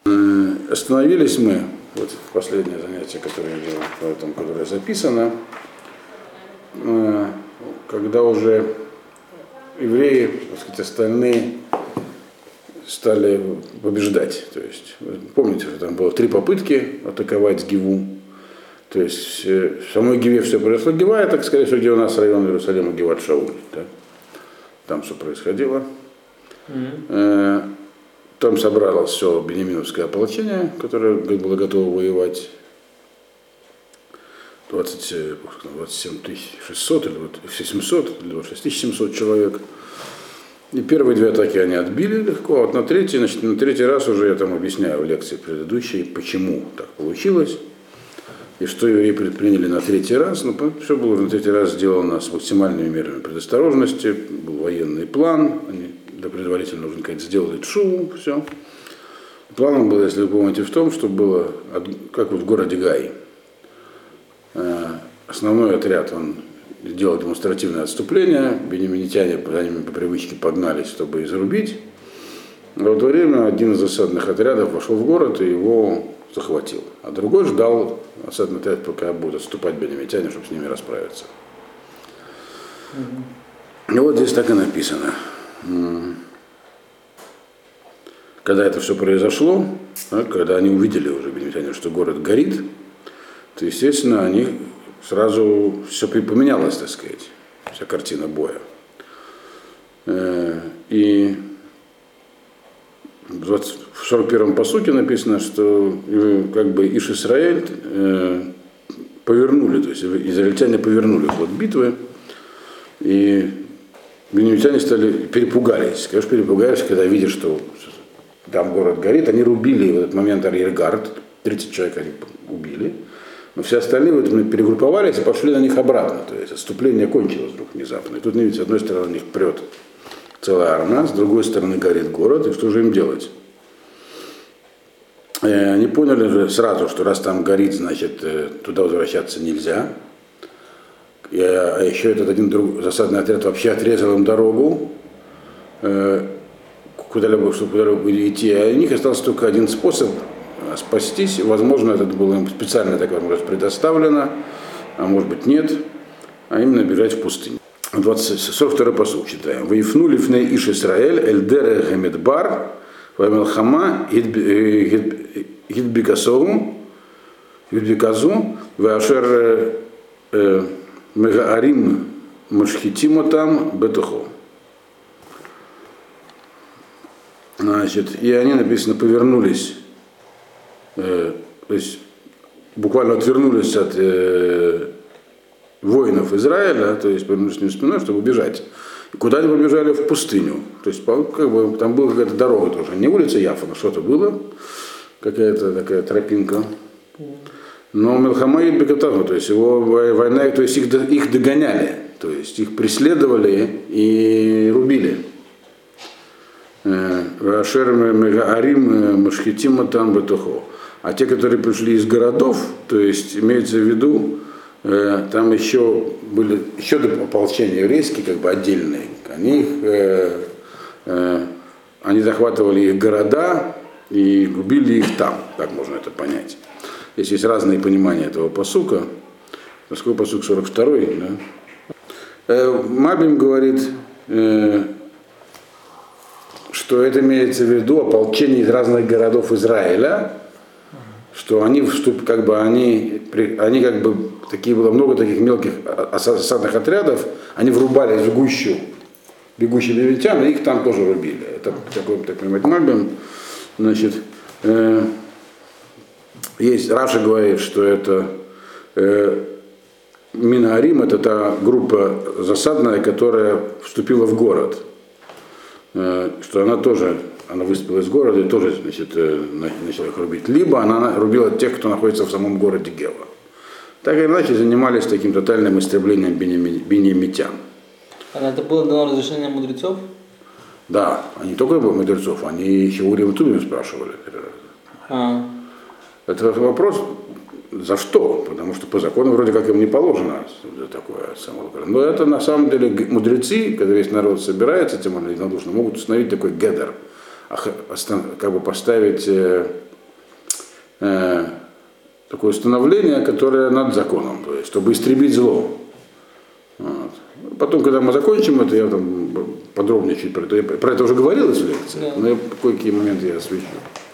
Остановились мы, вот последнее занятие, которое я делал, в этом, которое записано, когда уже евреи, так сказать, остальные стали побеждать. То есть, помните, что там было 3 попытки атаковать Гиву. То есть в самой Гиве все произошло. Гива, это, скорее всего, где у нас район Иерусалима, Гиват Шауль. Да? Там все происходило. Там собралось все беньяминовское ополчение, которое было готово воевать. 27 600 или 700, или 6700 человек. И первые 2 атаки они отбили легко, а вот на третий раз уже я там объясняю в лекции предыдущей, почему так получилось, и что евреи предприняли на 3-й раз. Но все было на 3-й раз сделано с максимальными мерами предосторожности, был военный план, они предварительно, нужно сказать, сделали тшуву, все. Планом было, если вы помните, в том, что было, как вот в городе Гай. Основной отряд, он делал демонстративное отступление, беньяминитяне за ними по привычке погнались, чтобы их зарубить. А в это время один из засадных отрядов вошел в город и его захватил. А другой ждал засадный отряд, пока будут отступать беньяминитяне, чтобы с ними расправиться. И вот здесь так и написано. Когда это все произошло, когда они увидели уже беньяминитяне, что город горит, то, естественно, они сразу все поменялось, так сказать, вся картина боя. И в 41-м пасуке написано, что как бы Иш-Исраэль повернули, то есть израильтяне повернули ход битвы, и беньяминитяне перепугались. Конечно, перепугались, когда видят, что там город горит. Они рубили в этот момент арьергард, 30 человек они убили. Но все остальные в этом перегрупповались и пошли на них обратно. То есть отступление кончилось вдруг внезапно. И тут, видите, с одной стороны на них прет целая армия, с другой стороны горит город. И что же им делать? Они поняли же сразу, что раз там горит, значит, туда возвращаться нельзя. А еще этот один засадный отряд вообще отрезал им дорогу, куда-либо идти. А у них остался только один способ спастись. Возможно, это было им специально такая возможность предоставлена, а может быть нет, а именно бежать в пустыню. 42-й пасук читаем. «Ваифнули фней Иш Исраэль эльдере гамедбар вамелхама гидбиказу ваашер мегаарим машхитимотам бетухо». Значит, и они, написано, повернулись, то есть буквально отвернулись от воинов Израиля, то есть повернулись к ним спиной, чтобы убежать. И куда они побежали? В пустыню. То есть как бы, там была какая-то дорога тоже, не улица Яфа, но что-то было, какая-то такая тропинка. Но Мелхама и Бекатаху, то есть его война, то есть их догоняли, то есть их преследовали и рубили. А те, которые пришли из городов, то есть имеется в виду, там еще были ополчения еврейские, как бы отдельные. Они захватывали их города и губили их там, так можно это понять. Здесь есть разные понимания этого пасука. Поскольку пасук 42-й, да? Мабим говорит, что это имеется в виду ополчение из разных городов Израиля, что они как бы такие было много таких мелких осадных отрядов, они врубались в гущу бегущих беньяминитян, и их там тоже рубили. Это такой, так понимать, Мальбим. Значит, есть, Раша говорит, что это Минаарим, это та группа засадная, которая вступила в город. Что она выступила из города и тоже, значит, начала их рубить. Либо она рубила тех, кто находится в самом городе Гева. Так или иначе занимались таким тотальным истреблением беньяминитян. А это было дано разрешение мудрецов? Да, они не только мудрецов, они еще у Урим и Тумим спрашивали. Это вопрос, за что? Потому что по закону вроде как им не положено за такое самоуправление. Но это на самом деле мудрецы, когда весь народ собирается, тем более единодушно, могут установить такой гедер, как бы поставить такое установление, которое над законом, то есть, чтобы истребить зло. Вот. Потом, когда мы закончим это, я там подробнее чуть про это уже говорилось в лекции, но кое-какие моменты я освещу.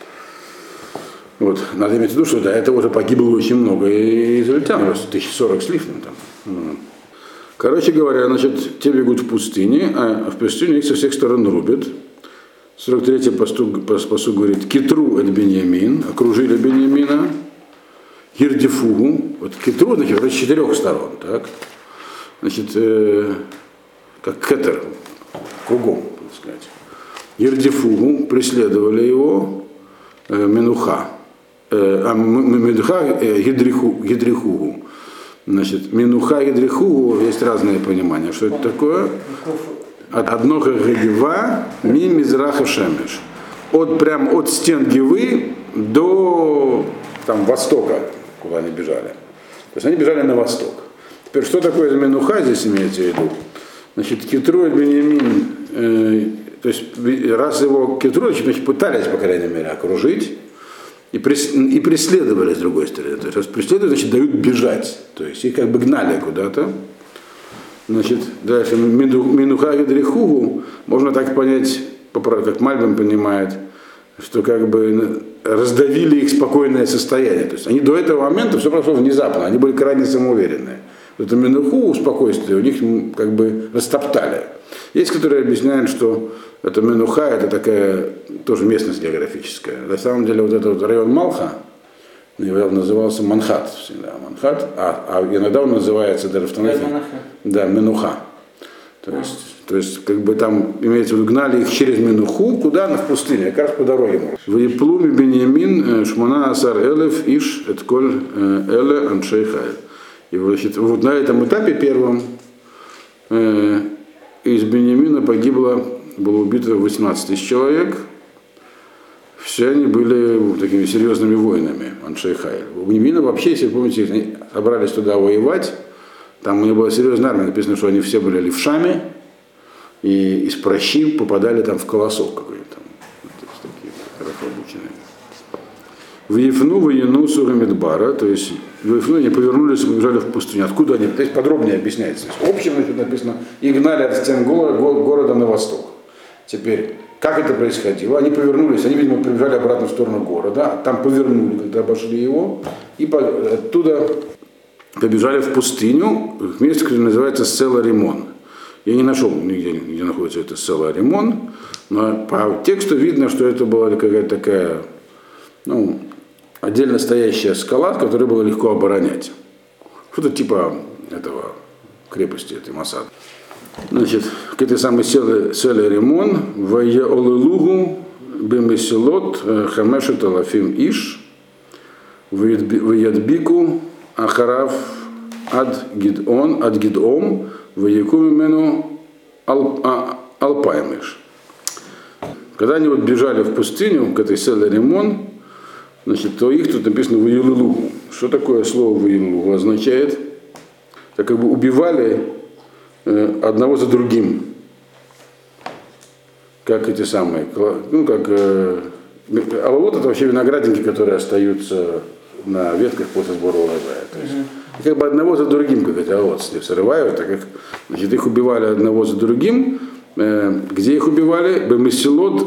Вот. Надо иметь в виду, что до этого уже погибло очень много израильтян, 1040 с лишним там. Короче говоря, значит, те бегут в пустыне, а в пустыне их со всех сторон рубят. 43-й пастух говорит: Китру эт Беньямин, окружили Беньямина, Гирдифугу, вот Китру, значит, с 4 сторон, так? Значит, как кетер, кругом, так сказать. Гирдифугу, преследовали его, Менуха, Менуха, Гидрихугу. Значит, Минуха и Дрихугу есть разные понимания. Что это такое? Одно как Гева, ми Мизраха Шемеш. Прям от стен Гевы до там, востока, куда они бежали. То есть они бежали на восток. Теперь, что такое Минуха здесь имеется в виду? Значит, Китруэль Беньямин, то есть раз его Китруэль, значит, пытались, по крайней мере, окружить, и преследовали с другой стороны. То есть раз преследуют, значит, дают бежать. То есть их как бы гнали куда-то. Значит, дальше Минуха и Дрихугу можно так понять, как Мальбим понимает, что как бы раздавили их спокойное состояние. То есть они до этого момента все прошло внезапно, они были крайне самоуверенные. Это Минуху, спокойствие, у них как бы растоптали. Есть, которые объясняют, что это Менуха, это такая тоже местность географическая. На самом деле вот этот вот район Малха назывался Манхат всегда. Манхат, а иногда он называется даже в Танахе. Да, Менуха. То есть как бы там, имеется в виду, гнали их через Менуху, куда? В пустыне, как раз по дороге. В Еплуме Беньямин Шмона Асар Элев Иш Этколь Эле Аншей Хайль. И вот на этом этапе первом из Беньямина было убито 18 тысяч человек. Все они были такими серьезными воинами, Аншей Хайль. У Беньямина вообще, если вы помните, они собрались туда воевать, там у них была серьезная армия, написано, что они все были левшами, и из пращи попадали там в колосок какой-то там. Такие хорошо обученные. В Ефну, в Янусу, Рамидбара, то есть в Ефну они повернулись и побежали в пустыню. Откуда они? То есть подробнее объясняется. Общем, значит, написано, и гнали от стен города на восток. Теперь, как это происходило? Они повернулись, они, видимо, побежали обратно в сторону города, там повернули, когда обошли его, и оттуда побежали в пустыню, в месте, которое называется Села-Римон. Я не нашел нигде, где находится это Села-Римон, но по тексту видно, что это была какая-то такая, отдельно стоящая скала, которую было легко оборонять. Что-то типа этого крепости, этой Масад. Значит, к этой самой Селе-Римон, в Еолылугу, Бемесилот, Хамешет Алафим Иш, в Ядбику, Ахарав Ад Гидом, в Якумимену Алпаймиш. Когда они вот бежали в пустыню, к этой Селе-Римон, значит, то их тут написано в Еолылугу. Что такое слово в Еолылугу означает? Так как бы убивали одного за другим. Как эти самые, алавот это вообще виноградники, которые остаются на ветках после сбора урожая. То есть, как бы одного за другим, как эти алавот срывают, так как, значит, их убивали одного за другим. Где их убивали? Бемесилот,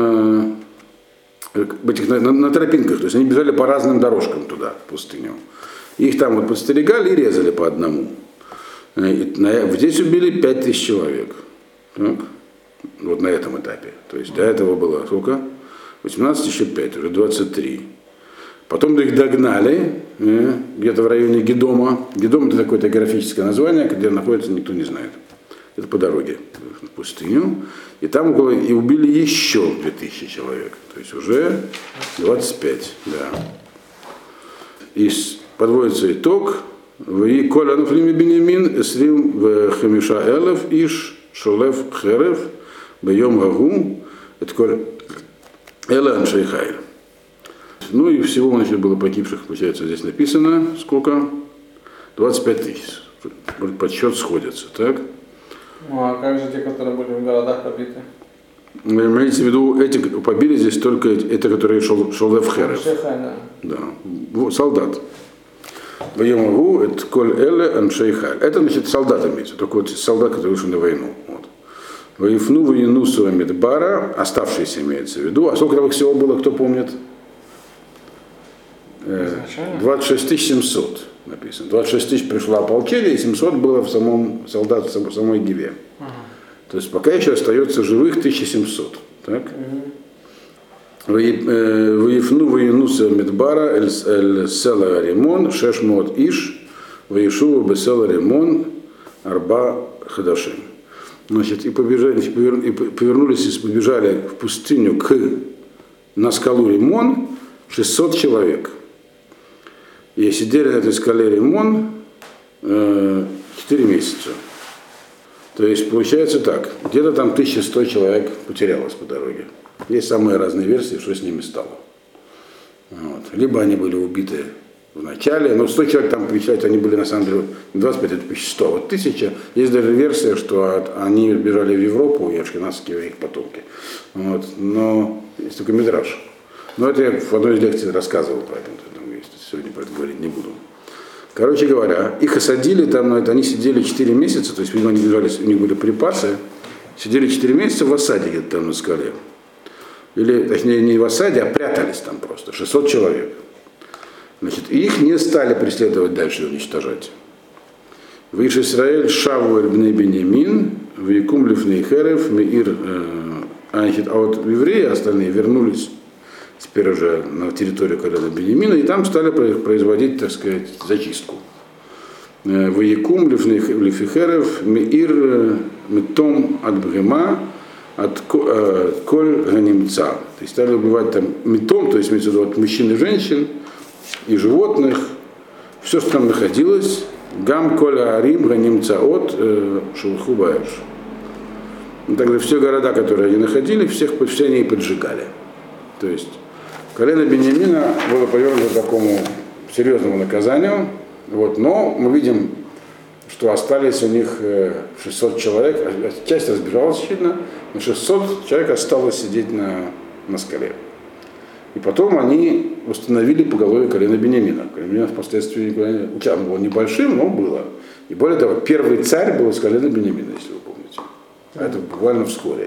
на тропинках. То есть они бежали по разным дорожкам туда, в пустыню. Их там вот подстерегали и резали по одному. Здесь убили 5000 человек. Так? Вот на этом этапе. То есть до этого было сколько? 18 еще 5, уже 23. Потом их догнали где-то в районе Гидома. Гидом это такое географическое название, где находится, никто не знает. Это по дороге в пустыню. И там и убили еще 2000 человек. То есть уже 25. Да. И подводится итог. В Коляну Флиме Беньямин, Эсрим в Хамиша Элев, Иш, Шолев Херев, Бьем Гагу, это Коль Эле Аншей Хайль. Ну и всего, значит, было погибших, получается, здесь написано, сколько? 25 тысяч. Подсчет сходится, так? Ну а как же те, которые были в городах побиты? Имеется в виду, эти побили здесь только это, который шел в Херев. Да. Солдат. Воемагу, это коль эле аншейхаль. Это, значит, солдат имеется, только вот солдат, который вышел на войну. Вот. Воифну военусу Амидбара, оставшиеся имеется в виду. А сколько там всего было, кто помнит? 26 700 написано. 26 тысяч пришло ополчение, и 700 было в самом солдат, в самой Гиве. То есть пока еще остается живых 1700. Так? Воифну военуса Мидбара эль села ремон шешмот иш воешува бесела ремон арба хадашим. Значит, и побежали, и повернулись и побежали в пустыню на скалу Римон 600 человек. И сидели на этой скале Римон 4 месяца. То есть получается так, где-то там 1100 человек потерялось по дороге. Есть самые разные версии, что с ними стало. Вот. Либо они были убиты в начале, но 100 человек там, получается, они были на самом деле 25, это 1100, вот 1000. Есть даже версия, что они бежали в Европу, и ашкеназские их потомки. Вот. Но есть только мидраш. Но это я в одной из лекций рассказывал про это. Сегодня про это говорить не буду. Короче говоря, их осадили там, они сидели 4 месяца, то есть, видимо, они бежали, у них были припасы, сидели 4 месяца в осаде где-то там на скале. Или, точнее, не в осаде, а прятались там просто, 600 человек. Значит, и их не стали преследовать дальше и уничтожать. Виш Исраэль Шаву Эльбней Бенемин, Вейкум Лифней Херев, Меир, а вот евреи остальные вернулись теперь уже на территорию колена Бенемина, и там стали производить, так сказать, зачистку. Вейкум Лифней Меир Метом от Бгема, от Коль Ганимца. То есть стали убивать там метом, то есть имеется в виду от мужчин и женщин, и животных, все, что там находилось, Гам Коля Арим Ганимца от Шулху Баэш. Тогда все города, которые они находили, все они поджигали. То есть колено Беньямина было подвергнуто такому серьезному наказанию, вот, но мы видим, что остались у них 600 человек, часть разбежалась сильно, но 600 человек осталось сидеть на скале. И потом они установили поголовье колена Беньямина. Колено впоследствии он был небольшим, но было. И более того, первый царь был из колена Беньямина, если вы помните. А это буквально вскоре.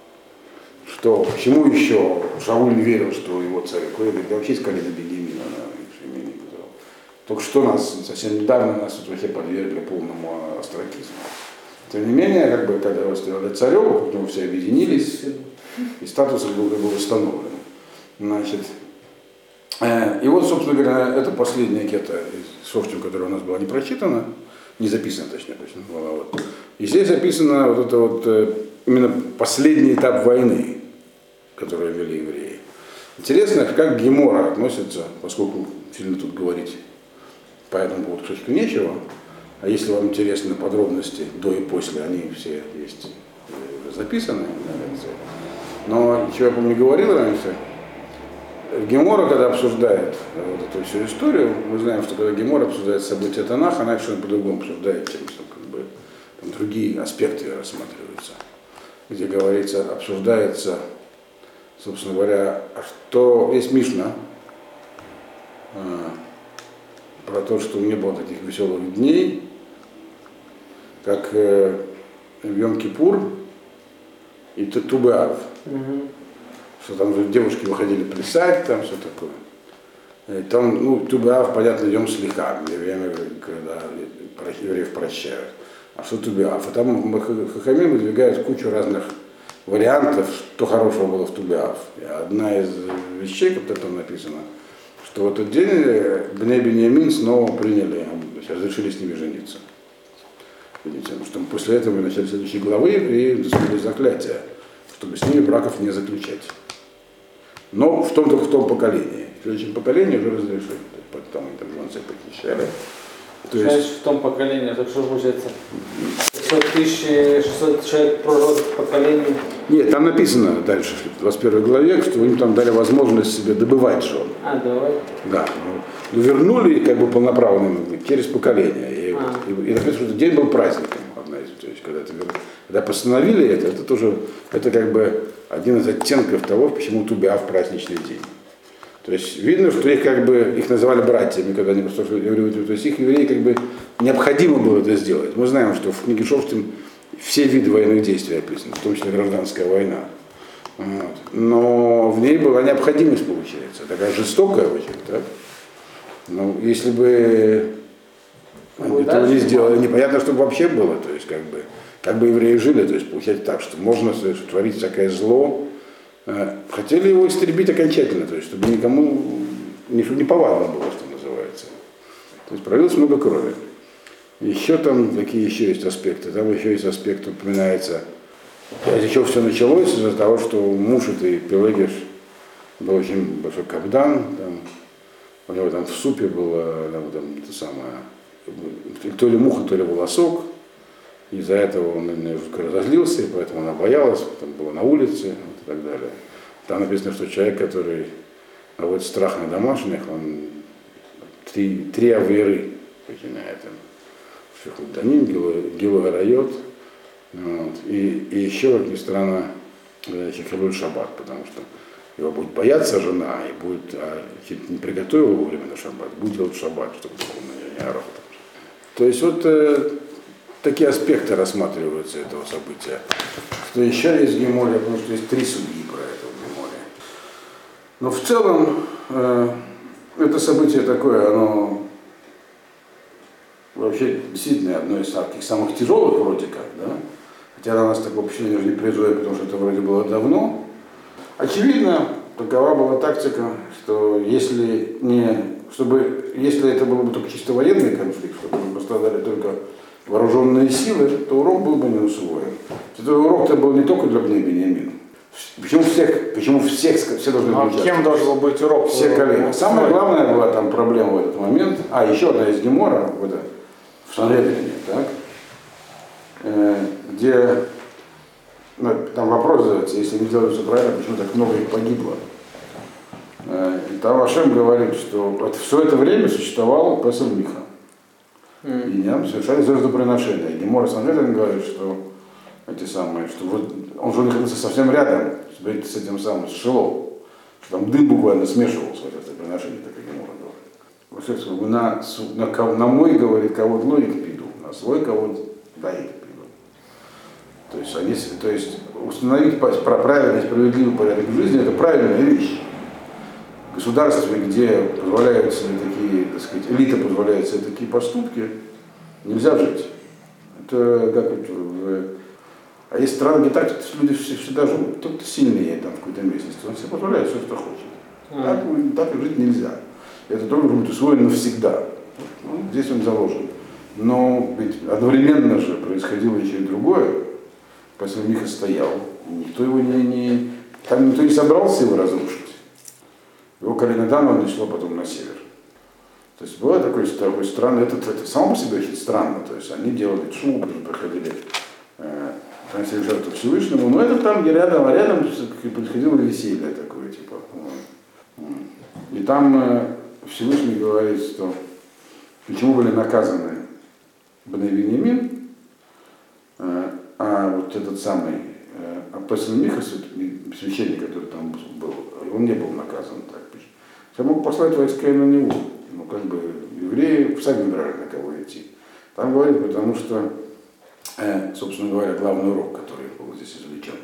Что, почему еще Шауль верил, что его царь говорит, да вообще из колена Беньямина, только что нас, совсем недавно нас вообще подвергли полному остракизму. Тем не менее, как бы, когда его сделали царем, потом все объединились, и статус был восстановлен. Значит, и вот, собственно говоря, это последняя кета из Шофтим, которая у нас была не прочитана, не записана, точнее, была. Вот. И здесь записано вот это вот именно последний этап войны, которую вели евреи. Интересно, как Гемора относится, поскольку сильно тут говорить по этому поводу кстати, нечего, а если вам интересны подробности до и после, они все есть записаны. Но, чего я помню, говорил раньше, Гемора, когда обсуждает вот эту всю историю, мы знаем, что когда Гемора обсуждает события Танаха, она совершенно по-другому обсуждает, чем как бы, там другие аспекты рассматриваются, где говорится, обсуждается, собственно говоря, что есть Мишна про то, что не было таких веселых дней, как в Йом-Кипур и Ту-Б'Ав. Что там же девушки выходили плясать, там все такое. И там, ну, Ту-Б'Ав, понятно, идем слегка, время, когда евреев прощают. А что Ту-Б'Ав? И там Хахамим выдвигают кучу разных вариантов, что хорошего было в Ту-Б'Ав. И одна из вещей, как там написано, что в этот день Бней Беньямин снова приняли, разрешили с ними жениться. Видите, потому что после этого мы начали следующей главы и достигли заклятия, чтобы с ними браков не заключать. Но только в том поколении. В следующем поколении уже разрешили. Там интервенции похищали. То есть в том поколении, так что получается? 600 человек пророк в поколении? Нет, там написано дальше, в 21 главе, что им там дали возможность себе добывать жен. А, давай. Да. Ну, вернули как бы полноправным через поколение. И написано, что день был праздником. Одна из, то есть, когда постановили это тоже, это как бы один из оттенков того, почему тубя в праздничный день. То есть видно, что их как бы, их называли братьями, когда они просто евреи, то есть их евреи как бы необходимо было это сделать. Мы знаем, что в книге Шофтим все виды военных действий описаны, в том числе гражданская война. Вот. Но в ней была необходимость, получается, такая жестокая очень, так? Ну, если бы этого не сделали, непонятно, что вообще было, то есть как бы евреи жили, то есть получается так, что можно творить всякое зло. Хотели его истребить окончательно, то есть чтобы никому не повадно было, что называется. То есть пролилось много крови. Еще там какие еще есть аспекты? Там еще есть аспект, упоминается. Еще все началось из-за того, что муж этой Пелегиш был очень большой капдан, там, у него там в супе было там, то самое, то ли муха, то ли волосок. Из-за этого он немножко разозлился, и поэтому она боялась, там была на улице вот, и так далее. Там написано, что человек, который наводит страх на домашних, он три авейры начинает. Шехуданин, Гилуарайот, вот, и еще, как ни странно, Хилуль Шаббат, потому что его будет бояться жена, и будет, не приготовил вовремя на шаббат, будет делать шаббат, чтобы он не орал. То есть вот такие аспекты рассматриваются этого события. Что еще есть в Геморе, потому что есть 3 судьи про это в Геморе. Но в целом это событие такое, оно вообще действительно одно из таких самых тяжелых вроде как, да? Хотя на нас такое впечатление уже не производит, потому что это вроде было давно. Очевидно, такова была тактика, что если это был бы только чисто военный конфликт, чтобы пострадали только вооруженные силы, то урок был бы не усвоен. Этот урок-то был не только для Бней Биньямина. Почему все должны быть? Кем должен быть урок? Все коллеги. Самая главная была там проблема в этот момент. Еще одна из Гемора, в Санхедрине, так, где там вопрос задается, если не делают все правильно, почему так много их погибло. И там Ашем говорит, что все это время существовал Песах Миха. И не совершали жертвоприношения. И Гемора Санхедрин говорит, что что вот он же находился совсем рядом с этим самым, с Шило, что там дым буквально смешивался в это приношение, так и Гемора говорит. На мой, говорит, кого-то логик пиду, на свой кого-то даик пиду. То есть установить правильный, справедливый порядок жизни — это правильная вещь. В государстве, где позволяются такие, так сказать, элита позволяет себе такие поступки, нельзя жить. Это как а есть страны, где так люди всегда живут. Кто-то сильнее там в какой-то местности, он себе позволяет все, что хочет. Так жить нельзя. Это только будет усвоено навсегда. Здесь он заложен. Но ведь одновременно же происходило еще и другое. После Миха стоял. Никто его там никто не собрался его разрушить. Его колено Дана нашло потом на север. То есть было такое странное, это само по себе очень странно. То есть они делали шубу, проходили, приносили жертву Всевышнему, но это там, где рядом происходило веселье такое, типа. И там Всевышний говорит, что почему были наказаны Бней Биньямин, а вот этот самый Песах Миха, священник, который там был, он не был наказан, так пишет. Я мог послать войска и на него. Ну, как бы евреи сами выбирали, на кого идти. Там говорит, потому что, собственно говоря, главный урок, который был здесь извлечен,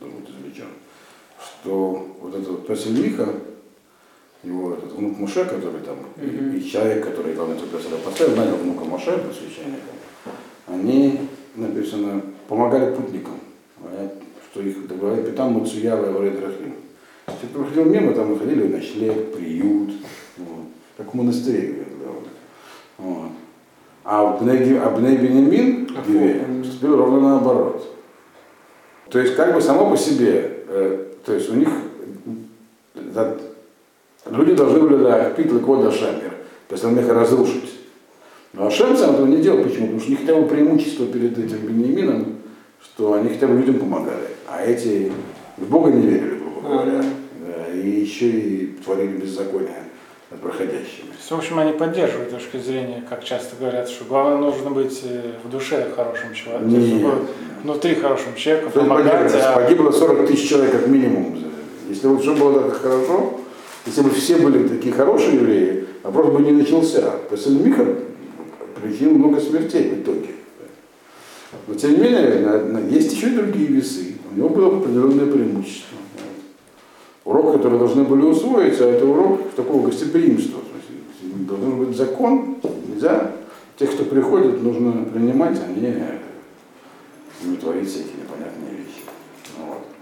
что вот этот Песах Миха, его этот внук Моше, который там, и человек, который главный Песах поставил, нанял внука Моше, священника, они, написано, помогали путникам. Что их договорили, там Муцуява и Варедрахим. Если кто проходил мимо, там выходили в ночлег, приют, вот, как в монастыре. Вот. А Бней Биньямин поступил ровно наоборот. То есть как бы само по себе, то есть у них люди должны были Ахпит Лекода Шамер, то есть он их разрушить. Но Ашем сам этого не делал. Почему? Потому что у них хотя бы преимущество перед этим Биньямином, что они хотя бы людям помогали, а эти в Бога не верили, грубо говоря, да, и еще и творили беззаконие проходящими. В общем, они поддерживают точку зрения, как часто говорят, что главное нужно быть в душе хорошим человеком, внутри хорошим человеком, помогать. Погибло 40 тысяч человек как минимум. Если вот все было так хорошо, если бы все были такие хорошие евреи, вопрос бы не начался. После Миха причинил много смертей в итоге. Но тем не менее, есть еще и другие весы. У него было определенное преимущество. Урок, который должны были усвоить, а это урок такого гостеприимства. Должен быть закон, нельзя. Тех, кто приходит, нужно принимать, а не творить всякие непонятные вещи. Вот.